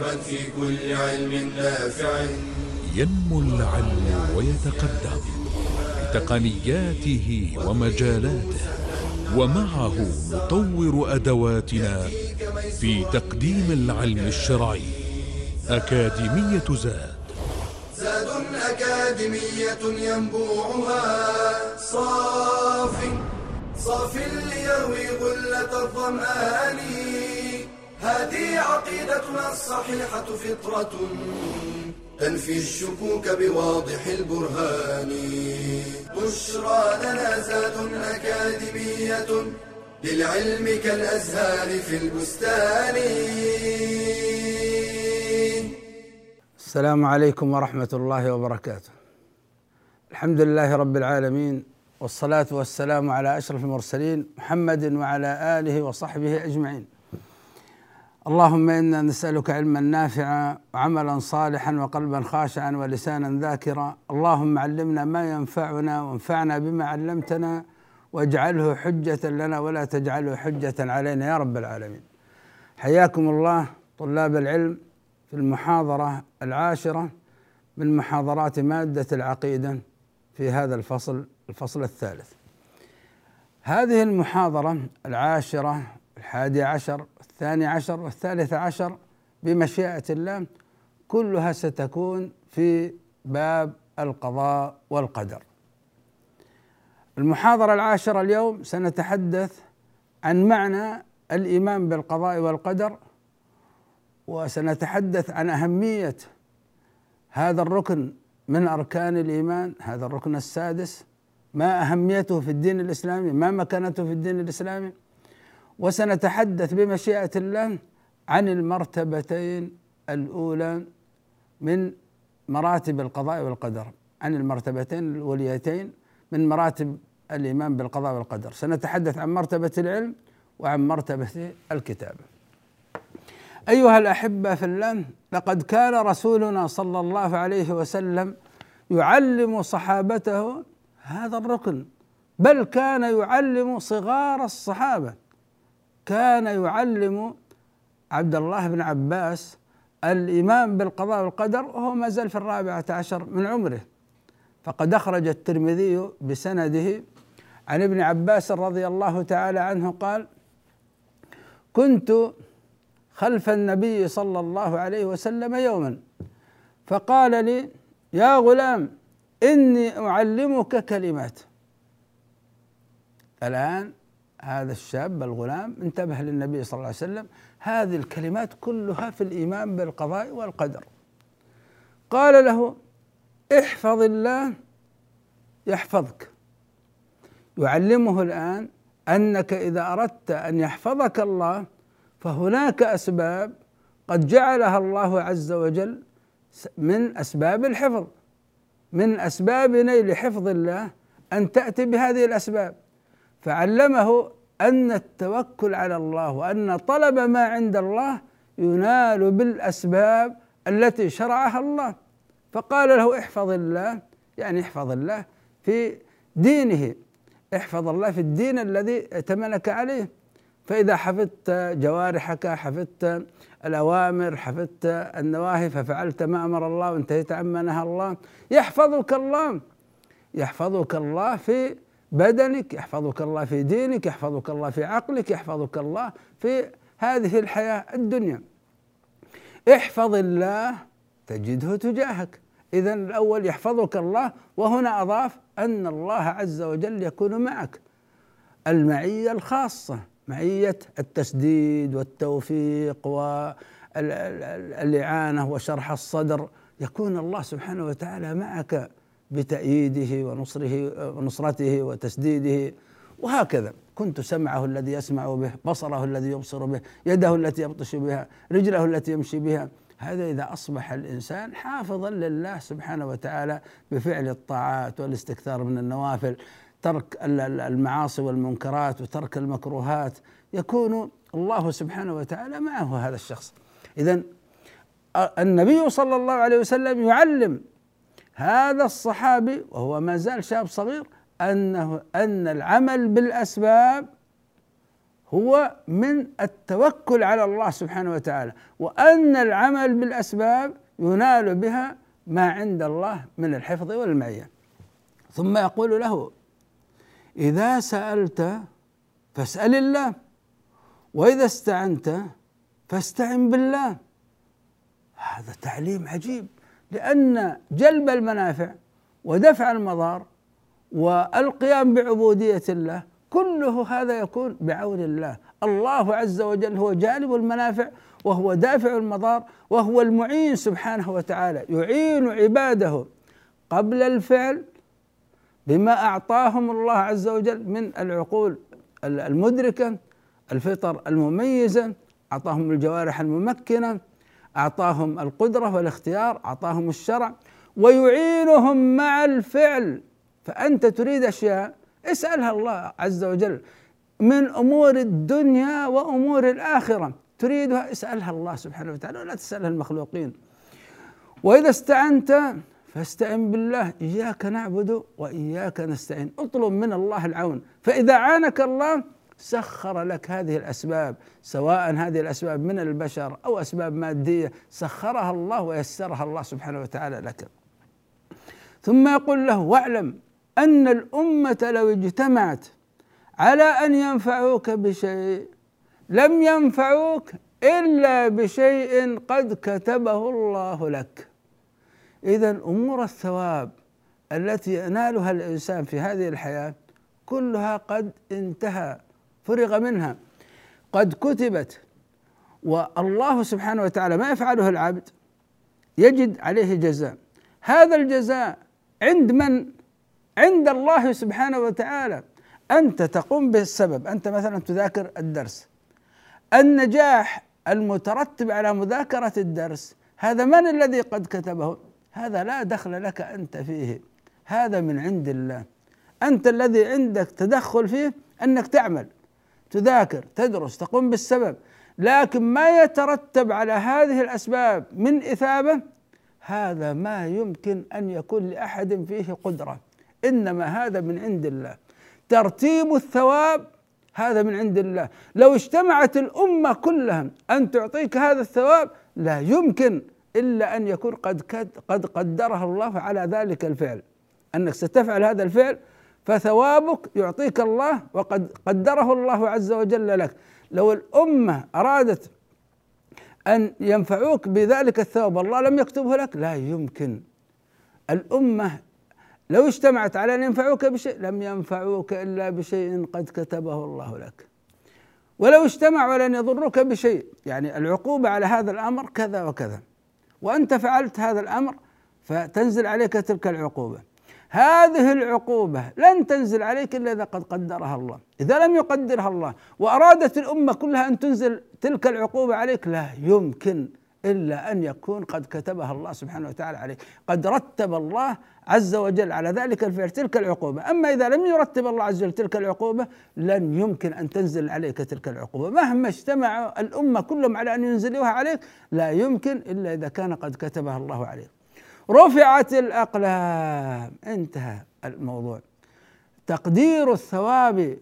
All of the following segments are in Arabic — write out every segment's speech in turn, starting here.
دوما في كل علم نافع. ينمو العلم ويتقدم بتقنياته ومجالاته، ومعه نطور أدواتنا في تقديم العلم الشرعي. أكاديمية زاد أكاديمية ينبوعها صاف ليروي غلة الظمآن. هذه عقيدتنا الصحيحة فطرة تنفي الشكوك بواضح البرهان. بشرى لنا زاد أكاديمية للعلم كالأزهار في البستان. السلام عليكم ورحمة الله وبركاته. الحمد لله رب العالمين، والصلاة والسلام على أشرف المرسلين محمد وعلى آله وصحبه أجمعين. اللهم إنا نسألك علما نافعا وعملا صالحا وقلبا خاشعا ولسانا ذاكرا. اللهم علمنا ما ينفعنا وانفعنا بما علمتنا، واجعله حجة لنا ولا تجعله حجة علينا يا رب العالمين. حياكم الله طلاب العلم في المحاضرة 10 من محاضرات مادة العقيدة في هذا الفصل 3. هذه المحاضرة 10 11 12 13 بمشيئة الله كلها ستكون في باب القضاء والقدر. المحاضرة 10 اليوم سنتحدث عن معنى الإيمان بالقضاء والقدر، وسنتحدث عن أهمية هذا الركن من أركان الإيمان، هذا الركن السادس، ما أهميته في الدين الإسلامي، ما مكانته في الدين الإسلامي. وسنتحدث بمشيئة الله عن المرتبتين الأولى من مراتب القضاء والقدر، عن المرتبتين الأوليتين من مراتب الإيمان بالقضاء والقدر. سنتحدث عن مرتبة العلم وعن مرتبة الكتابة. أيها الأحبة في الله، لقد كان رسولنا صلى الله عليه وسلم يعلم صحابته هذا الركن، بل كان يعلم صغار الصحابة. كان يعلم عبد الله بن عباس الإيمان بالقضاء والقدر وهو ما زال في 14 من عمره. فقد أخرج الترمذي بسنده عن ابن عباس رضي الله تعالى عنه قال: كنت خلف النبي صلى الله عليه وسلم يوما فقال لي: يا غلام إني أعلمك كلمات. الآن هذا الشاب الغلام انتبه للنبي صلى الله عليه وسلم، هذه الكلمات كلها في الإيمان بالقضاء والقدر. قال له: احفظ الله يحفظك. يعلمه الآن أنك إذا أردت أن يحفظك الله فهناك أسباب قد جعلها الله عز وجل من أسباب الحفظ، من أسباب نيل حفظ الله أن تأتي بهذه الأسباب. فعلمه أن التوكل على الله وأن طلب ما عند الله ينال بالأسباب التي شرعها الله. فقال له: احفظ الله، يعني احفظ الله في دينه، احفظ الله في الدين الذي ائتمنك عليه. فإذا حفظت جوارحك، حفظت الأوامر، حفظت النواهي، ففعلت ما أمر الله وانتهيت عما نهى الله، يحفظك الله. يحفظك الله في بدنك، يحفظك الله في دينك، يحفظك الله في عقلك، يحفظك الله في هذه الحياة الدنيا. احفظ الله تجده تجاهك. إذن الأول يحفظك الله، وهنا أضاف أن الله عز وجل يكون معك. المعية الخاصة، معية التسديد والتوفيق والإعانة وشرح الصدر، يكون الله سبحانه وتعالى معك بتأييده ونصرته وتسديده. وهكذا كنت سمعه الذي يسمع به، بصره الذي يبصر به، يده التي يبطش بها، رجله التي يمشي بها. هذا إذا أصبح الإنسان حافظا لله سبحانه وتعالى بفعل الطاعات والاستكثار من النوافل، ترك المعاصي والمنكرات وترك المكروهات، يكون الله سبحانه وتعالى معه هذا الشخص. إذن النبي صلى الله عليه وسلم يعلم هذا الصحابي وهو ما زال شاب صغير أن العمل بالأسباب هو من التوكل على الله سبحانه وتعالى، وأن العمل بالأسباب ينال بها ما عند الله من الحفظ والمعية. ثم يقول له: إذا سألت فاسأل الله، وإذا استعنت فاستعن بالله. هذا تعليم عجيب، لأن جلب المنافع ودفع المضار والقيام بعبودية الله كله هذا يكون بعون الله. الله عز وجل هو جالب المنافع وهو دافع المضار وهو المعين سبحانه وتعالى، يعين عباده قبل الفعل بما أعطاهم الله عز وجل من العقول المدركة، الفطر المميزة، أعطاهم الجوارح الممكنة، أعطاهم القدرة والاختيار، أعطاهم الشرع، ويعينهم مع الفعل. فأنت تريد أشياء اسألها الله عز وجل من أمور الدنيا وأمور الآخرة، تريدها اسألها الله سبحانه وتعالى ولا تسألها المخلوقين. وإذا استعنت فاستعن بالله، إياك نعبد وإياك نستعين، اطلب من الله العون. فإذا عانك الله سخر لك هذه الأسباب، سواء هذه الأسباب من البشر أو أسباب مادية، سخرها الله ويسرها الله سبحانه وتعالى لك. ثم يقول له: واعلم أن الأمة لو اجتمعت على أن ينفعوك بشيء لم ينفعوك إلا بشيء قد كتبه الله لك. إذن أمور الثواب التي ينالها الإنسان في هذه الحياة كلها قد انتهى، فرغ منها، قد كتبت. والله سبحانه وتعالى ما يفعله العبد يجد عليه جزاء. هذا الجزاء عند من؟ عند الله سبحانه وتعالى. أنت تقوم بالسبب، أنت مثلا تذاكر الدرس، النجاح المترتب على مذاكرة الدرس هذا من الذي قد كتبه؟ هذا لا دخل لك أنت فيه، هذا من عند الله. أنت الذي عندك تدخل فيه أنك تعمل، تذاكر، تدرس، تقوم بالسبب، لكن ما يترتب على هذه الأسباب من إثابة هذا ما يمكن أن يكون لأحد فيه قدرة، إنما هذا من عند الله. ترتيب الثواب هذا من عند الله. لو اجتمعت الأمة كلها أن تعطيك هذا الثواب لا يمكن إلا أن يكون قد قدرها الله على ذلك الفعل، أنك ستفعل هذا الفعل فثوابك يعطيك الله وقد قدره الله عز وجل لك. لو الأمة أرادت أن ينفعوك بذلك الثواب الله لم يكتبه لك، لا يمكن. الأمة لو اجتمعت على أن ينفعوك بشيء لم ينفعوك إلا بشيء قد كتبه الله لك. ولو اجتمعوا على أن يضروك بشيء، يعني العقوبة على هذا الأمر كذا وكذا، وأنت فعلت هذا الأمر فتنزل عليك تلك العقوبة. هذه العقوبة لن تنزل عليك إلا إذا قد قدرها الله. إذا لم يقدرها الله وأرادت الأمة كلها أن تنزل تلك العقوبة عليك لا يمكن إلا أن يكون قد كتبها الله سبحانه وتعالى عليك، قد رتب الله عز وجل على ذلك الفعل تلك العقوبة. أما إذا لم يرتب الله عز وجل تلك العقوبة لن يمكن أن تنزل عليك تلك العقوبة، مهما اجتمع الأمة كلهم على أن ينزلوها عليك لا يمكن إلا إذا كان قد كتبها الله عليك. رفعت الأقلام، انتهى الموضوع. تقدير الثواب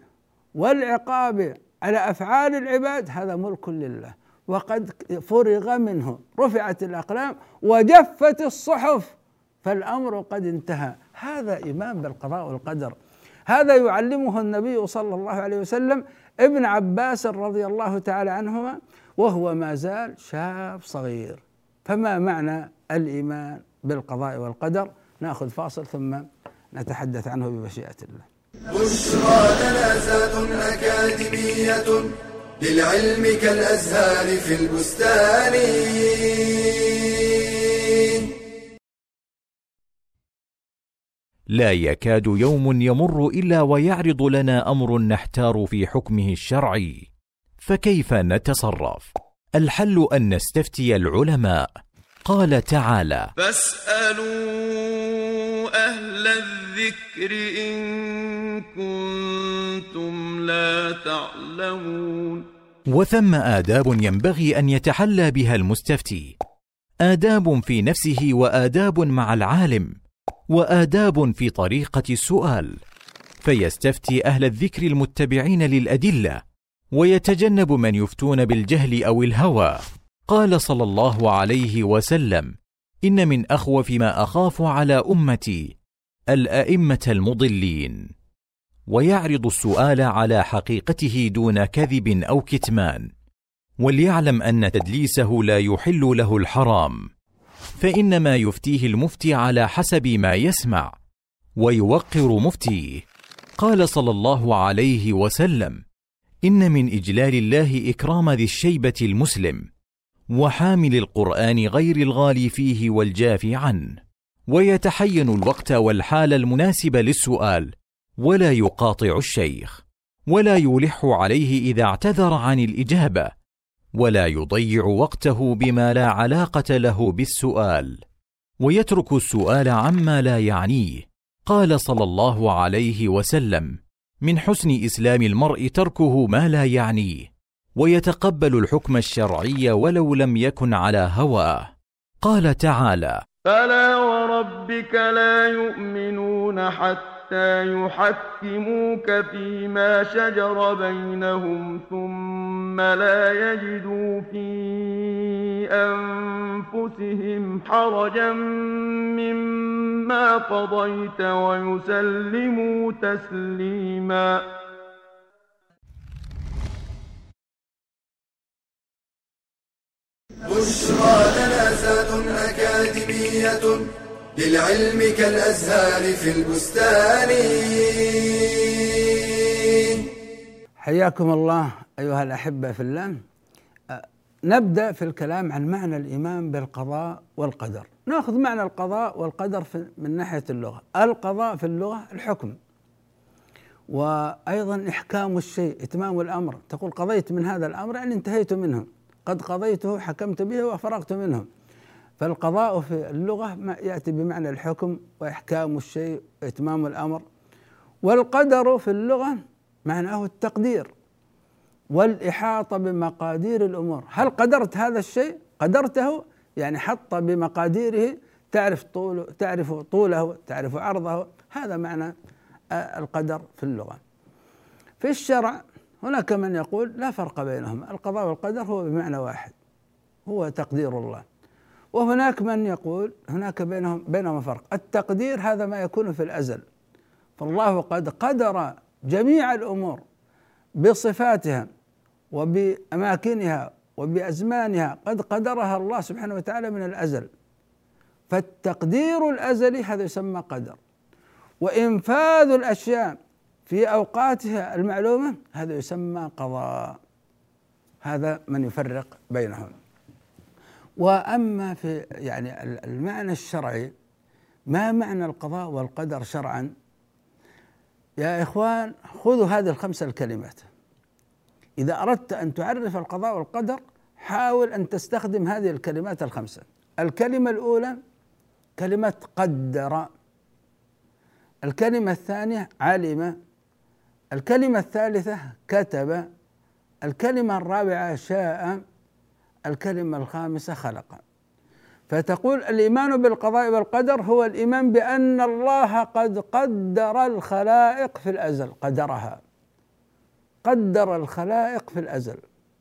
والعقاب على أفعال العباد هذا ملك لله وقد فرغ منه. رفعت الأقلام وجفت الصحف فالأمر قد انتهى. هذا إيمان بالقضاء والقدر، هذا يعلمه النبي صلى الله عليه وسلم ابن عباس رضي الله تعالى عنهما وهو ما زال شاب صغير. فما معنى الإيمان بالقضاء والقدر؟ نأخذ فاصل ثم نتحدث عنه بمشيئة الله. بشرى لنا زاد أكاديمية للعلم كالأزهار في البستان. لا يكاد يوم يمر إلا ويعرض لنا أمر نحتار في حكمه الشرعي، فكيف نتصرف؟ الحل أن نستفتي العلماء. قال تعالى: فاسألوا أهل الذكر إن كنتم لا تعلمون. وثم آداب ينبغي أن يتحلى بها المستفتي، آداب في نفسه وآداب مع العالم وآداب في طريقة السؤال، فيستفتي أهل الذكر المتبعين للأدلة ويتجنب من يفتون بالجهل أو الهوى. قال صلى الله عليه وسلم: إن من أخوف ما أخاف على أمتي الأئمة المضلين. ويعرض السؤال على حقيقته دون كذب أو كتمان، وليعلم أن تدليسه لا يحل له الحرام، فإنما يفتيه المفتي على حسب ما يسمع ويوقر مفتيه. قال صلى الله عليه وسلم: إن من إجلال الله إكرام ذي الشيبة المسلم، وحامل القرآن غير الغالي فيه والجافي عنه. ويتحين الوقت والحال المناسب للسؤال، ولا يقاطع الشيخ، ولا يلح عليه إذا اعتذر عن الإجابة، ولا يضيع وقته بما لا علاقة له بالسؤال، ويترك السؤال عما لا يعنيه. قال صلى الله عليه وسلم: من حسن إسلام المرء تركه ما لا يعنيه، ويتقبل الحكم الشرعي ولو لم يكن على هواه. قال تعالى: فلا وربك لا يؤمنون حتى يحكموك فيما شجر بينهم ثم لا يجدوا في أنفسهم حرجا مما قضيت ويسلموا تسليما. بشرى لنا زاد أكاديمية للعلم كالأزهار في البستان. حياكم الله أيها الأحبة في الله. نبدأ في الكلام عن معنى الإيمان بالقضاء والقدر. نأخذ معنى القضاء والقدر من ناحية اللغة. القضاء في اللغة الحكم، وأيضا إحكام الشيء، إتمام الأمر. تقول قضيت من هذا الأمر يعني انتهيت منه، قد قضيته حكمت به وفرغت منه. فالقضاء في اللغة يأتي بمعنى الحكم وإحكام الشيء وإتمام الأمر. والقدر في اللغة معناه التقدير والإحاطة بمقادير الأمور. هل قدرت هذا الشيء؟ قدرته يعني حط بمقاديره، تعرف طوله، تعرف عرضه. هذا معنى القدر في اللغة. في الشرع هناك من يقول لا فرق بينهما، القضاء والقدر هو بمعنى واحد، هو تقدير الله. وهناك من يقول هناك بينهما فرق. التقدير هذا ما يكون في الأزل، فالله قد قدر جميع الأمور بصفاتها وبأماكنها وبأزمانها، قد قدرها الله سبحانه وتعالى من الأزل. فالتقدير الأزلي هذا يسمى قدر، وإنفاذ الأشياء في أوقاتها المعلومة هذا يسمى قضاء. هذا من يفرق بينهم. وأما في يعني المعنى الشرعي، ما معنى القضاء والقدر شرعا؟ يا إخوان خذوا هذه الخمس الكلمات. إذا أردت أن تعرف القضاء والقدر حاول أن تستخدم هذه الكلمات الخمسة. الكلمة الأولى كلمة قدر، الكلمة الثانية علم، الكلمة الثالثة كتب، الكلمة الرابعة شاء، الكلمة الخامسة خلق. فتقول الإيمان بالقضاء والقدر هو الإيمان بأن الله قد قدر الخلائق في الأزل، قدرها، قدر الخلائق في الأزل،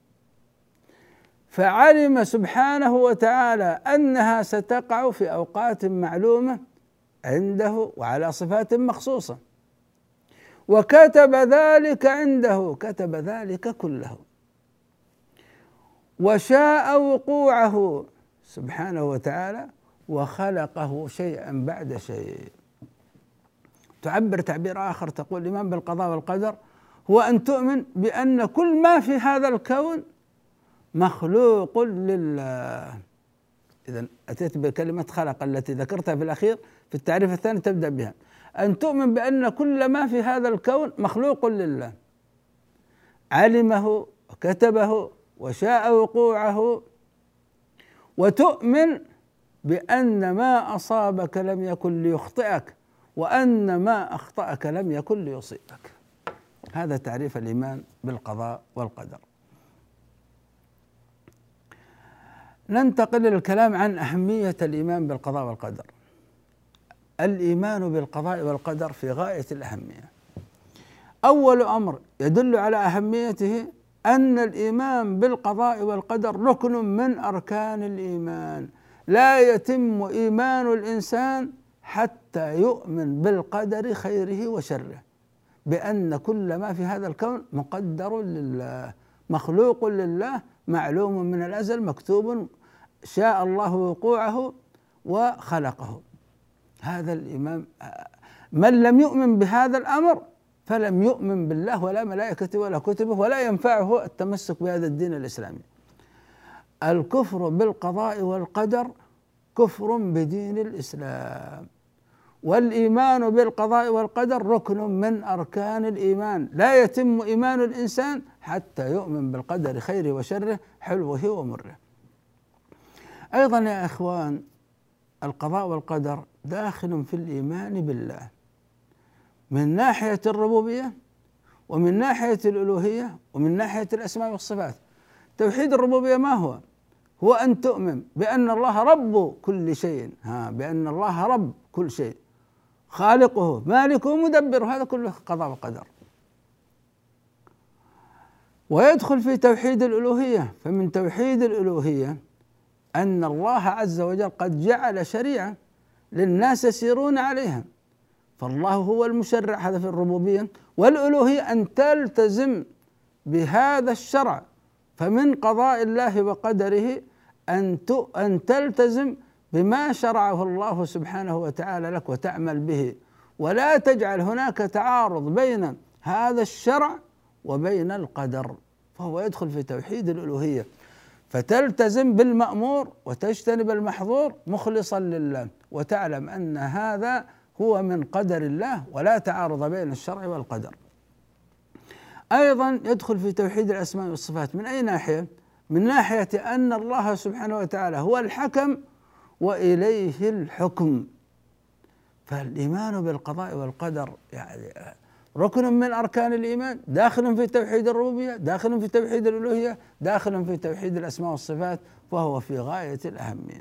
فعلم سبحانه وتعالى أنها ستقع في أوقات معلومة عنده وعلى صفات مخصوصة، وكتب ذلك عنده، كتب ذلك كله، وشاء وقوعه سبحانه وتعالى، وخلقه شيئا بعد شيء. تعبر تعبير آخر تقول الإيمان بالقضاء والقدر هو أن تؤمن بأن كل ما في هذا الكون مخلوق لله. إذن أتيت بكلمة خلق التي ذكرتها في الأخير في التعريف الثاني تبدأ بها، أن تؤمن بأن كل ما في هذا الكون مخلوق لله، علمه وكتبه وشاء وقوعه، وتؤمن بأن ما أصابك لم يكن ليخطئك، وأن ما أخطأك لم يكن ليصيبك. هذا تعريف الإيمان بالقضاء والقدر. ننتقل للكلام عن أهمية الإيمان بالقضاء والقدر. الإيمان بالقضاء والقدر في غاية الأهمية. أول أمر يدل على أهميته أن الإيمان بالقضاء والقدر ركن من أركان الإيمان، لا يتم إيمان الإنسان حتى يؤمن بالقدر خيره وشره، بأن كل ما في هذا الكون مقدر لله، مخلوق لله، معلوم من الأزل، مكتوب، شاء الله وقوعه وخلقه. هذا الإيمان، من لم يؤمن بهذا الأمر فلم يؤمن بالله ولا ملائكته ولا كتبه، ولا ينفعه التمسك بهذا الدين الإسلامي. الكفر بالقضاء والقدر كفر بدين الإسلام، والإيمان بالقضاء والقدر ركن من أركان الإيمان، لا يتم إيمان الإنسان حتى يؤمن بالقدر خيره وشره، حلوه ومره. أيضا يا إخوان، القضاء والقدر داخل في الإيمان بالله من ناحية الربوبية، ومن ناحية الألوهية، ومن ناحية الأسماء والصفات. توحيد الربوبية ما هو؟ هو أن تؤمن بأن الله رب كل شيء، بأن الله رب كل شيء، خالقه مالكه مدبره، هذا كله قضاء وقدر. ويدخل في توحيد الألوهية، فمن توحيد الألوهية أن الله عز وجل قد جعل شريعة للناس يسيرون عليها، فالله هو المشرع، هذا في الربوبية. والألوهية أن تلتزم بهذا الشرع، فمن قضاء الله وقدره أن تلتزم بما شرعه الله سبحانه وتعالى لك وتعمل به، ولا تجعل هناك تعارض بين هذا الشرع وبين القدر، فهو يدخل في توحيد الألوهية، فتلتزم بالمأمور وتجتنب المحظور مخلصا لله، وتعلم أن هذا هو من قدر الله ولا تعارض بين الشرع والقدر. أيضا يدخل في توحيد الأسماء والصفات. من أي ناحية؟ من ناحية أن الله سبحانه وتعالى هو الحكم وإليه الحكم، فالإيمان بالقضاء والقدر يعني ركن من أركان الإيمان، داخل في توحيد الربوبية، داخل في توحيد الألوهية، داخل في توحيد الأسماء والصفات، وهو في غاية الأهمية.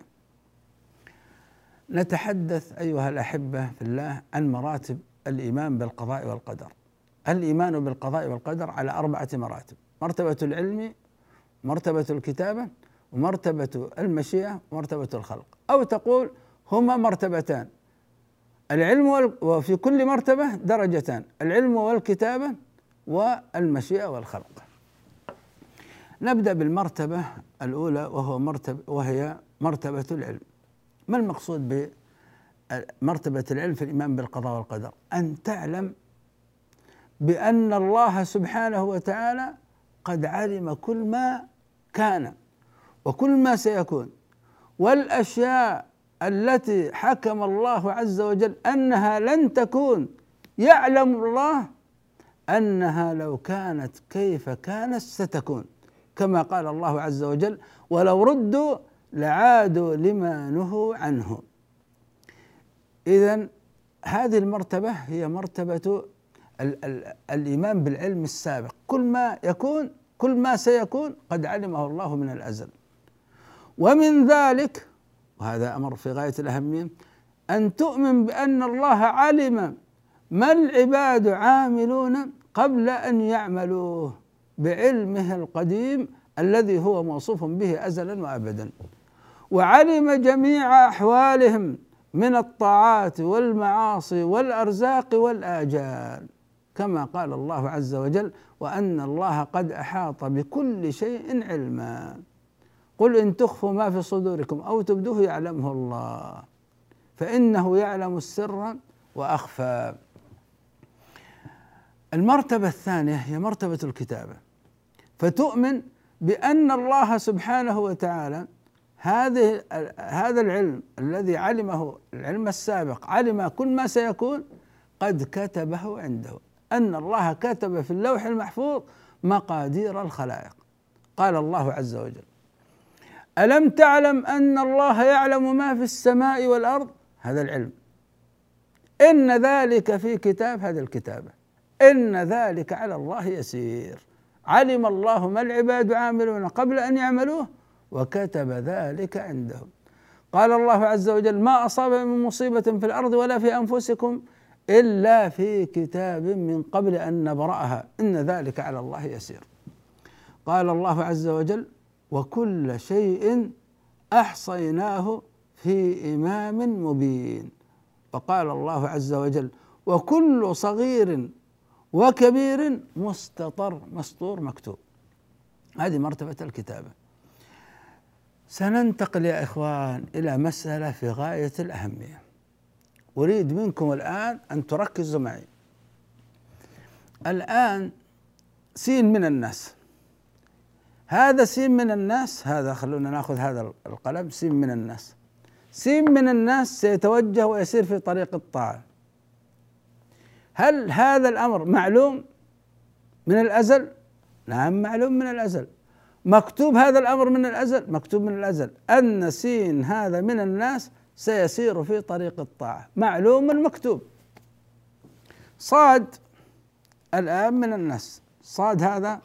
نتحدث أيها الأحبة في الله عن مراتب الإيمان بالقضاء والقدر. الإيمان بالقضاء والقدر على 4 مراتب: مرتبة العلم، مرتبة الكتابة، ومرتبة المشيئة، ومرتبة الخلق. أو تقول هما مرتبتان، العلم وفي كل مرتبة درجتان: العلم والكتابة والمشيئة والخلق. نبدأ بالمرتبة الأولى وهي مرتبة العلم. ما المقصود بمرتبة العلم في الإيمان بالقضاء والقدر؟ أن تعلم بأن الله سبحانه وتعالى قد علم كل ما كان وكل ما سيكون، والأشياء التي حكم الله عز وجل أنها لن تكون يعلم الله أنها لو كانت كيف كانت ستكون، كما قال الله عز وجل: ولو ردوا لعادوا لما نهوا عنه. إذن هذه المرتبة هي مرتبة الإيمان بالعلم السابق، كل ما يكون، كل ما سيكون قد علمه الله من الأزل. ومن ذلك، وهذا أمر في غاية الأهمية، أن تؤمن بأن الله علم ما العباد عاملون قبل أن يعملوه بعلمه القديم الذي هو موصوف به أزلا وأبدا، وعلم جميع أحوالهم من الطاعات والمعاصي والأرزاق والآجال، كما قال الله عز وجل: وأن الله قد أحاط بكل شيء علما. قل إن تخفوا ما في صدوركم أو تبدوه يعلمه الله، فإنه يعلم السر وأخفى. المرتبة الثانية هي مرتبة الكتابة، فتؤمن بأن الله سبحانه وتعالى هذا العلم الذي علمه، العلم السابق، علم كل ما سيكون، قد كتبه عنده، أن الله كتب في اللوح المحفوظ مقادير الخلائق. قال الله عز وجل: ألم تعلم أن الله يعلم ما في السماء والأرض؟ هذا العلم. إن ذلك في كتاب، هذا الكتابة. إن ذلك على الله يسير. علم الله ما العباد عاملون قبل أن يعملوه وكتب ذلك عندهم. قال الله عز وجل: ما أصاب من مصيبة في الأرض ولا في أنفسكم إلا في كتاب من قبل أن نبرأها إن ذلك على الله يسير. قال الله عز وجل: وكل شيء أحصيناه في إمام مبين. وقال الله عز وجل: وكل صغير وكبير مستطر مسطور مكتوب. هذه مرتبة الكتابة. سننتقل يا إخوان إلى مسألة في غاية الأهمية، أريد منكم الآن أن تركزوا معي. الآن سين من الناس، هذا سين من الناس، هذا خلونا ناخذ هذا القلم، سين من الناس. سين من الناس سيتوجه ويسير في طريق الطاعة. هل هذا الأمر معلوم من الأزل؟ نعم معلوم من الأزل. مكتوب هذا الأمر من الأزل؟ مكتوب من الأزل أن سين هذا من الناس سيسير في طريق الطاعة، معلوم مكتوب. صاد الآن من الناس، صاد هذا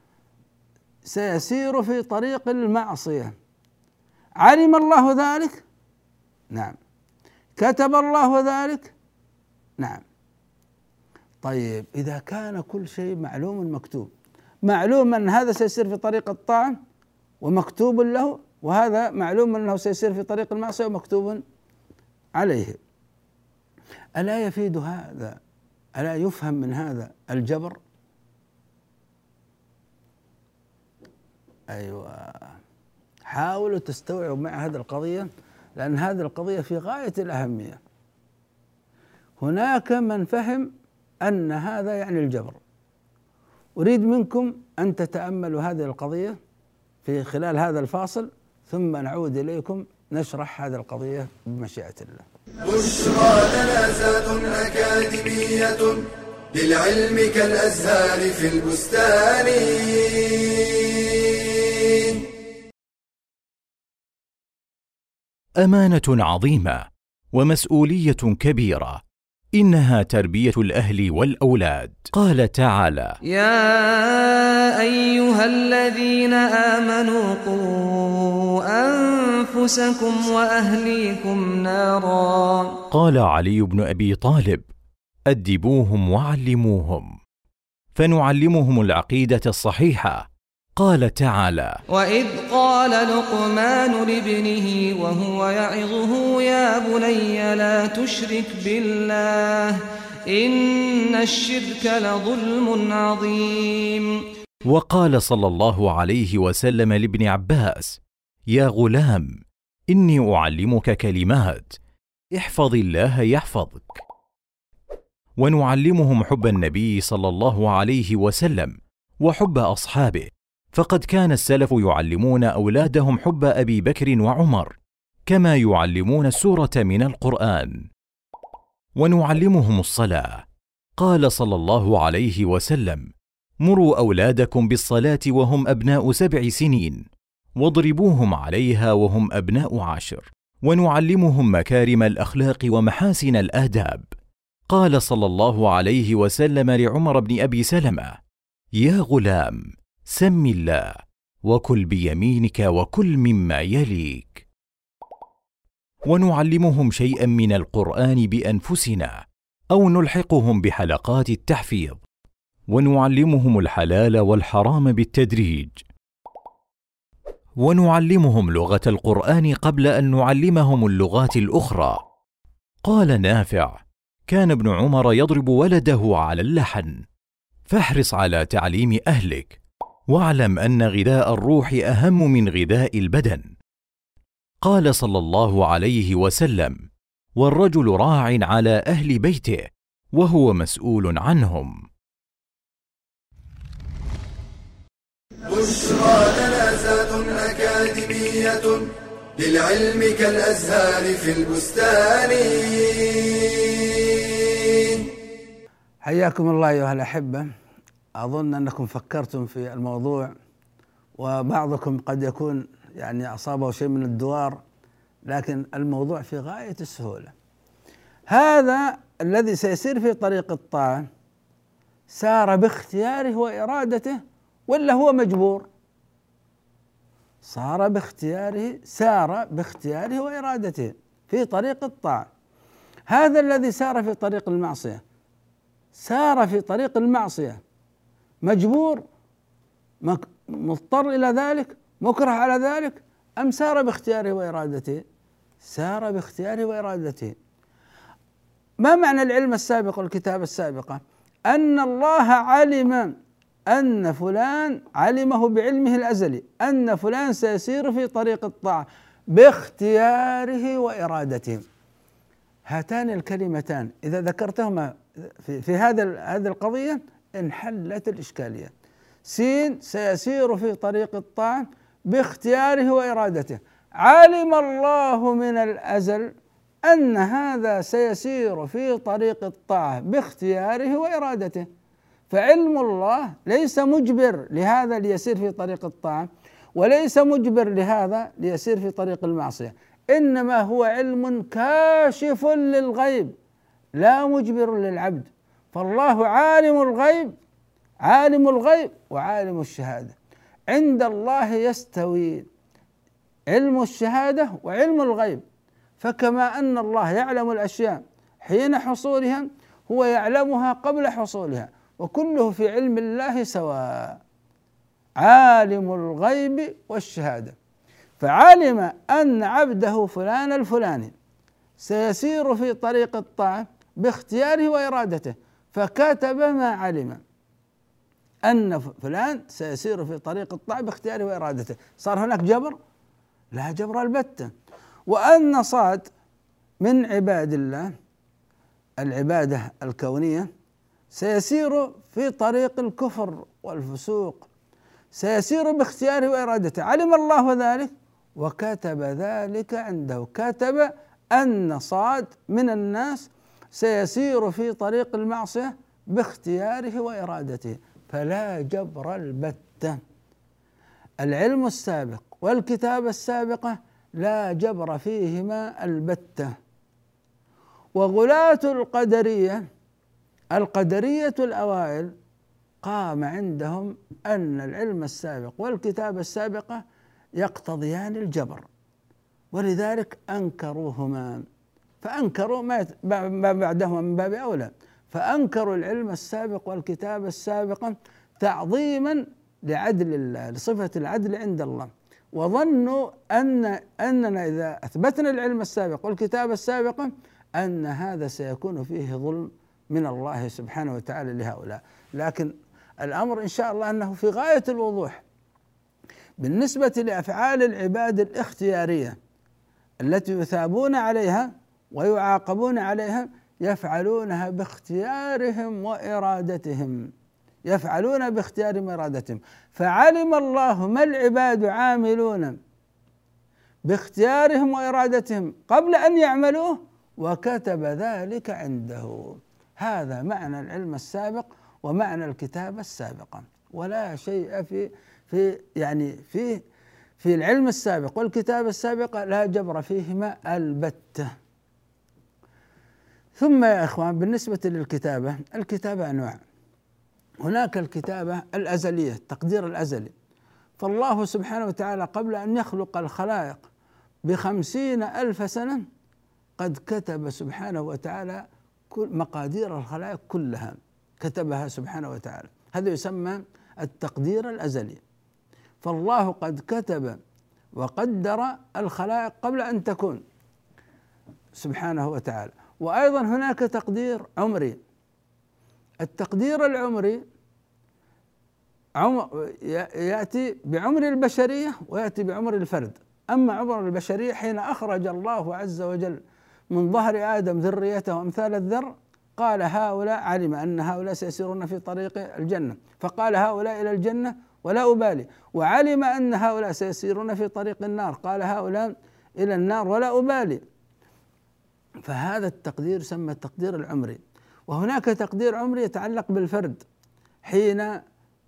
سيسير في طريق المعصية، علم الله ذلك؟ نعم. كتب الله ذلك؟ نعم. طيب إذا كان كل شيء معلوم مكتوب، معلوم أن هذا سيسير في طريق الطاعة ومكتوب له، وهذا معلوم أنه سيسير في طريق المعصية ومكتوب عليه، ألا يفيد هذا، ألا يفهم من هذا الجبر؟ أيوة، حاولوا تستوعبوا مع هذه القضية، لأن هذه القضية في غاية الأهمية. هناك من فهم أن هذا يعني الجبر. أريد منكم أن تتأملوا هذه القضية في خلال هذا الفاصل، ثم نعود إليكم نشرح هذه القضية بمشيئة الله. بشرى لنا زاد أكاديمية للعلم كالأزهار في البستان. أمانة عظيمة ومسؤولية كبيرة، إنها تربية الأهل والأولاد. قال تعالى: يا أيها الذين آمنوا قوا أنفسكم وأهليكم نارا. قال علي بن أبي طالب: أدبوهم وعلموهم، فنعلمهم العقيدة الصحيحة. قال تعالى: وإذ قال لقمان لابنه وهو يعظه يا بني لا تشرك بالله إن الشرك لظلم عظيم. وقال صلى الله عليه وسلم لابن عباس: يا غلام إني أعلمك كلمات، احفظ الله يحفظك. ونعلمهم حب النبي صلى الله عليه وسلم وحب أصحابه، فقد كان السلف يعلمون أولادهم حب أبي بكر وعمر كما يعلمون السورة من القرآن. ونعلمهم الصلاة. قال صلى الله عليه وسلم: مروا أولادكم بالصلاة وهم أبناء 7 سنين، واضربوهم عليها وهم أبناء 10. ونعلمهم مكارم الأخلاق ومحاسن الآداب. قال صلى الله عليه وسلم لعمر بن أبي سلمة: يا غلام سم الله وكل بيمينك وكل مما يليك. ونعلمهم شيئا من القرآن بأنفسنا أو نلحقهم بحلقات التحفيظ. ونعلمهم الحلال والحرام بالتدريج. ونعلمهم لغة القرآن قبل أن نعلمهم اللغات الأخرى. قال نافع: كان ابن عمر يضرب ولده على اللحن. فاحرص على تعليم أهلك، واعلم أن غذاء الروح أهم من غذاء البدن. قال صلى الله عليه وسلم: والرجل راع على أهل بيته وهو مسؤول عنهم. بشرى لنا زاد أكاديمية للعلم كالأزهار في البستان. حياكم الله أيها الأحبة. أظن أنكم فكرتم في الموضوع، وبعضكم قد يكون يعني أصابه شيء من الدوار، لكن الموضوع في غاية السهولة. هذا الذي سيسير في طريق الطاعة سار باختياره وإرادته ولا هو مجبور؟ سار باختياره وإرادته في طريق الطاعة. هذا الذي سار في طريق المعصية سار في طريق المعصية مجبور؟ مضطر إلى ذلك، مكره على ذلك، أم سار باختياره وإرادته؟ سار باختياره وإرادته. ما معنى العلم السابق والكتابة السابقة؟ أن الله علم أن فلان، علمه بعلمه الأزلي أن فلان سيسير في طريق الطاعة باختياره وإرادته. هاتان الكلمتان إذا ذكرتهما في هذه القضية انحلت الإشكالية. سين سيسير في طريق الطاعة باختياره وإرادته، علم الله من الأزل أن هذا سيسير في طريق الطاعة باختياره وإرادته، فعلم الله ليس مجبر لهذا ليسير في طريق الطاعة، وليس مجبر لهذا ليسير في طريق المعصية، إنما هو علم كاشف للغيب لا مجبر للعبد. فالله عالم الغيب، عالم الغيب وعالم الشهادة. عند الله يستوي علم الشهادة وعلم الغيب، فكما أن الله يعلم الأشياء حين حصولها هو يعلمها قبل حصولها، وكله في علم الله سواء، عالم الغيب والشهادة. فعلم أن عبده فلان الفلاني سيسير في طريق الطاعة باختياره وإرادته، فكتب ما علم أن فلان سيسير في طريق الطاعة باختياره وإرادته. صار هناك جبر؟ لا جبر البتة. وأن صاد من عباد الله العبادة الكونية سيسير في طريق الكفر والفسوق، سيسير باختياره وإرادته، علم الله ذلك وكتب ذلك عنده، كتب أن صاد من الناس سيسير في طريق المعصية باختياره وإرادته، فلا جبر البتة. العلم السابق والكتابة السابقة لا جبر فيهما البتة. وغلاة القدرية الأوائل قام عندهم أن العلم السابق والكتابة السابقة يقتضيان الجبر، ولذلك أنكروهما، فأنكروا ما بعدهما من باب أولى، فأنكروا العلم السابق والكتابة السابقة تعظيما لعدل الله، لصفة العدل عند الله، وظنوا أننا إذا أثبتنا العلم السابق والكتابة السابقة أن هذا سيكون فيه ظلم من الله سبحانه وتعالى لهؤلاء. لكن الأمر إن شاء الله أنه في غاية الوضوح بالنسبة لأفعال العباد الاختيارية التي يثابون عليها ويعاقبون عليها، يفعلونها باختيارهم وإرادتهم، يفعلون باختيارهم وإرادتهم. فعلم الله ما العباد عاملون باختيارهم وإرادتهم قبل أن يعملوه وكتب ذلك عنده. هذا معنى العلم السابق ومعنى الكتابة السابقة، ولا شيء في العلم السابق والكتابة السابقة لا جبر فيهما البتة. ثم يا إخوان بالنسبة للكتابة، الكتابة أنواع. هناك الكتابة الأزلية، التقدير الأزلي، فالله سبحانه وتعالى قبل أن يخلق الخلائق ب50,000 سنة قد كتب سبحانه وتعالى كل مقادير الخلائق كلها، كتبها سبحانه وتعالى. هذا يسمى التقدير الأزلي. فالله قد كتب وقدر الخلائق قبل أن تكون سبحانه وتعالى. وأيضا هناك تقدير عمري. التقدير العمري يأتي بعمر البشرية ويأتي بعمر الفرد. أما عمر البشرية حين أخرج الله عز وجل من ظهر آدم ذريته أمثال الذر، قال هؤلاء، علم أن هؤلاء سيسيرون في طريق الجنة فقال هؤلاء إلى الجنة ولا أبالي، وعلم أن هؤلاء سيسيرون في طريق النار قال هؤلاء إلى النار ولا أبالي. فهذا التقدير يسمى التقدير العمري. وهناك تقدير عمري يتعلق بالفرد، حين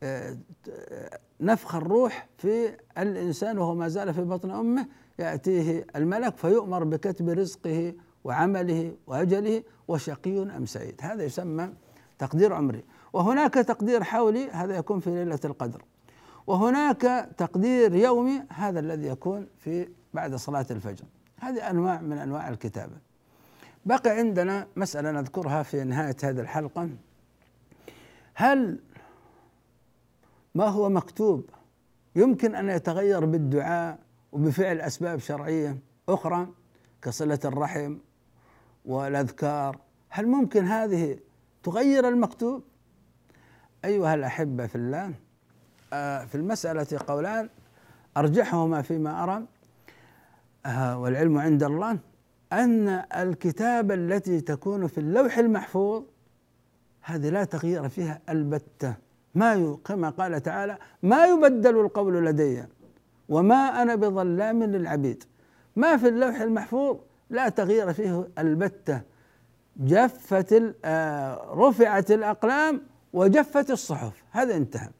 نفخ الروح في الإنسان وهو ما زال في بطن أمه يأتيه الملك فيؤمر بكتب رزقه وعمله وأجله وشقي أم سعيد. هذا يسمى تقدير عمري. وهناك تقدير حولي، هذا يكون في ليلة القدر. وهناك تقدير يومي، هذا الذي يكون في بعد صلاة الفجر. هذه أنواع من أنواع الكتابة. بقي عندنا مسألة نذكرها في نهاية هذه الحلقة: هل ما هو مكتوب يمكن أن يتغير بالدعاء وبفعل أسباب شرعية أخرى كصلة الرحم والأذكار. هل ممكن هذه تغير المكتوب؟ أيها الأحبة في الله، في المسألة قولان أرجحهما فيما أرى والعلم عند الله، أن الكتابة التي تكون في اللوح المحفوظ هذه لا تغيير فيها البتة، كما قال تعالى: ما يبدل القول لدي وما أنا بظلام للعبيد. ما في اللوح المحفوظ لا تغيير فيه البتة، رفعت الأقلام وجفت الصحف، هذا انتهى.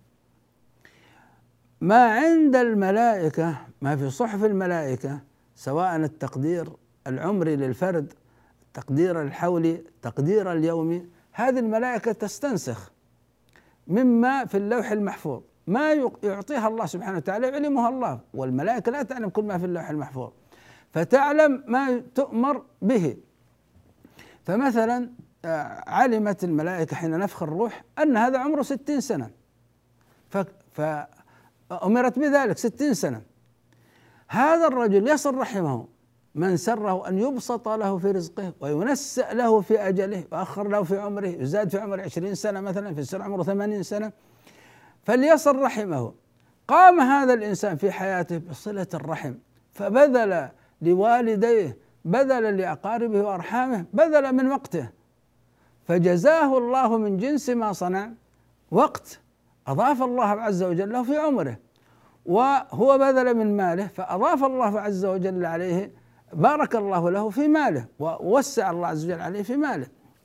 ما عند الملائكة، ما في صحف الملائكة، سواء التقدير العمري للفرد، التقدير الحولي، التقدير اليومي، هذه الملائكة تستنسخ مما في اللوح المحفوظ، ما يعطيها الله سبحانه وتعالى يعلمها الله، والملائكة لا تعلم كل ما في اللوح المحفوظ، فتعلم ما تؤمر به. فمثلا علمت الملائكة حين نفخ الروح أن هذا عمره 60 سنة، فأمرت بذلك 60 سنة. هذا الرجل يصل رحمه من سره أن يبسط له في رزقه وينسأ له في أجله ويؤخر له في عمره، يزاد في عمره 20 سنة مثلا، في السنة عمره 80 سنة، فليصل رحمه. قام هذا الإنسان في حياته بصلة الرحم، فبذل لوالديه، بذل لأقاربه وأرحامه، بذل من وقته، فجزاه الله من جنس ما صنع وقت أضاف الله عز وجل له في عمره، وهو بذل من ماله فأضاف الله عز وجل عليه، بارك الله له في ماله ووسع الله عز وجل عليه في ماله.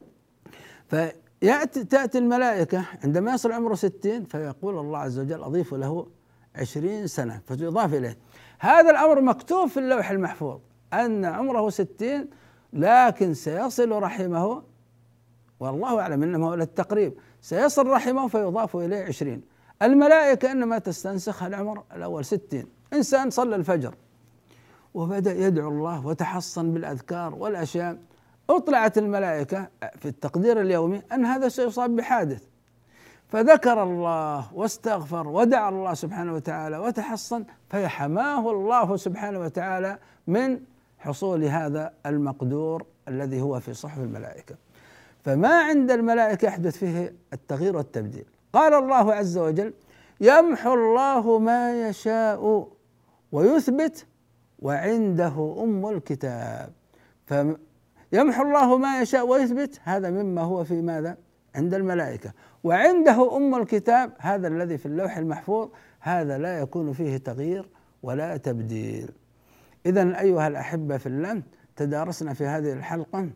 تأتي الملائكة عندما يصل عمره 60 فيقول الله عز وجل: أضيف له 20 سنة فتضاف إليه. هذا الأمر مكتوب في اللوح المحفوظ أن عمره 60، لكن سيصل رحمه، والله أعلم إنما هو للتقريب، سيصل رحمه فيضاف إليه 20. الملائكة إنما تستنسخ العمر الأول 60. إنسان صلى الفجر وبدأ يدعو الله وتحصن بالأذكار والأشياء، أطلعت الملائكة في التقدير اليومي أن هذا سيصاب بحادث، فذكر الله واستغفر ودعا الله سبحانه وتعالى وتحصن، فيحماه الله سبحانه وتعالى من حصول هذا المقدور الذي هو في صحف الملائكة. فما عند الملائكة يحدث فيه التغيير والتبديل. قال الله عز وجل: يمحو الله ما يشاء ويثبت وعنده أم الكتاب. فيمحو الله ما يشاء ويثبت، هذا مما هو في ماذا؟ عند الملائكة. وعنده أم الكتاب، هذا الذي في اللوح المحفوظ، هذا لا يكون فيه تغيير ولا تبديل. إذن أيها الأحبة في الله، تدارسنا في هذه الحلقة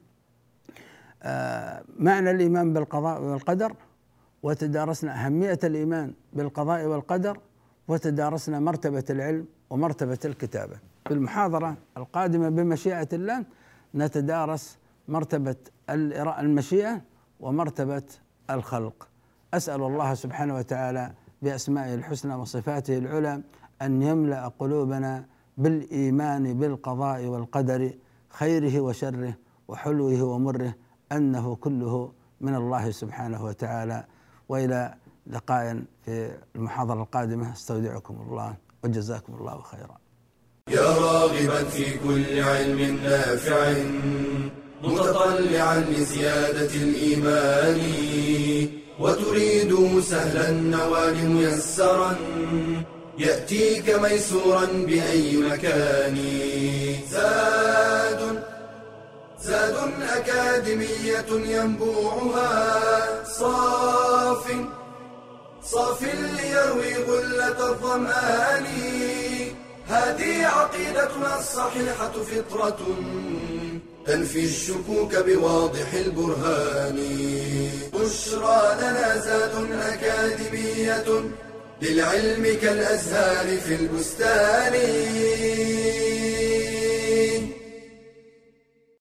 معنى الإيمان بالقضاء والقدر، وتدارسنا أهمية الإيمان بالقضاء والقدر، وتدارسنا مرتبة العلم ومرتبة الكتابة. في المحاضرة القادمة بمشيئة الله نتدارس مرتبة المشيئة ومرتبة الخلق. أسأل الله سبحانه وتعالى بأسمائه الحسنى وصفاته العلى أن يملأ قلوبنا بالإيمان بالقضاء والقدر، خيره وشره وحلوه ومره، أنه كله من الله سبحانه وتعالى. وإلى لقاء في المحاضرة القادمة، استودعكم الله وجزاكم الله خيرا. يا راغبا في كل علم نافع متطلعا لزيادة الإيمان، وتريد سهلا النوال ميسرا يأتيك ميسورا بأي مكان. زاد أكاديمية ينبوعها صاف ليروي غلة الظمآن. هذه عقيدتنا الصحيحة فطرة تنفي الشكوك بواضح البرهان. بشرى لنا زاد أكاديمية للعلم كالأزهار في البستان.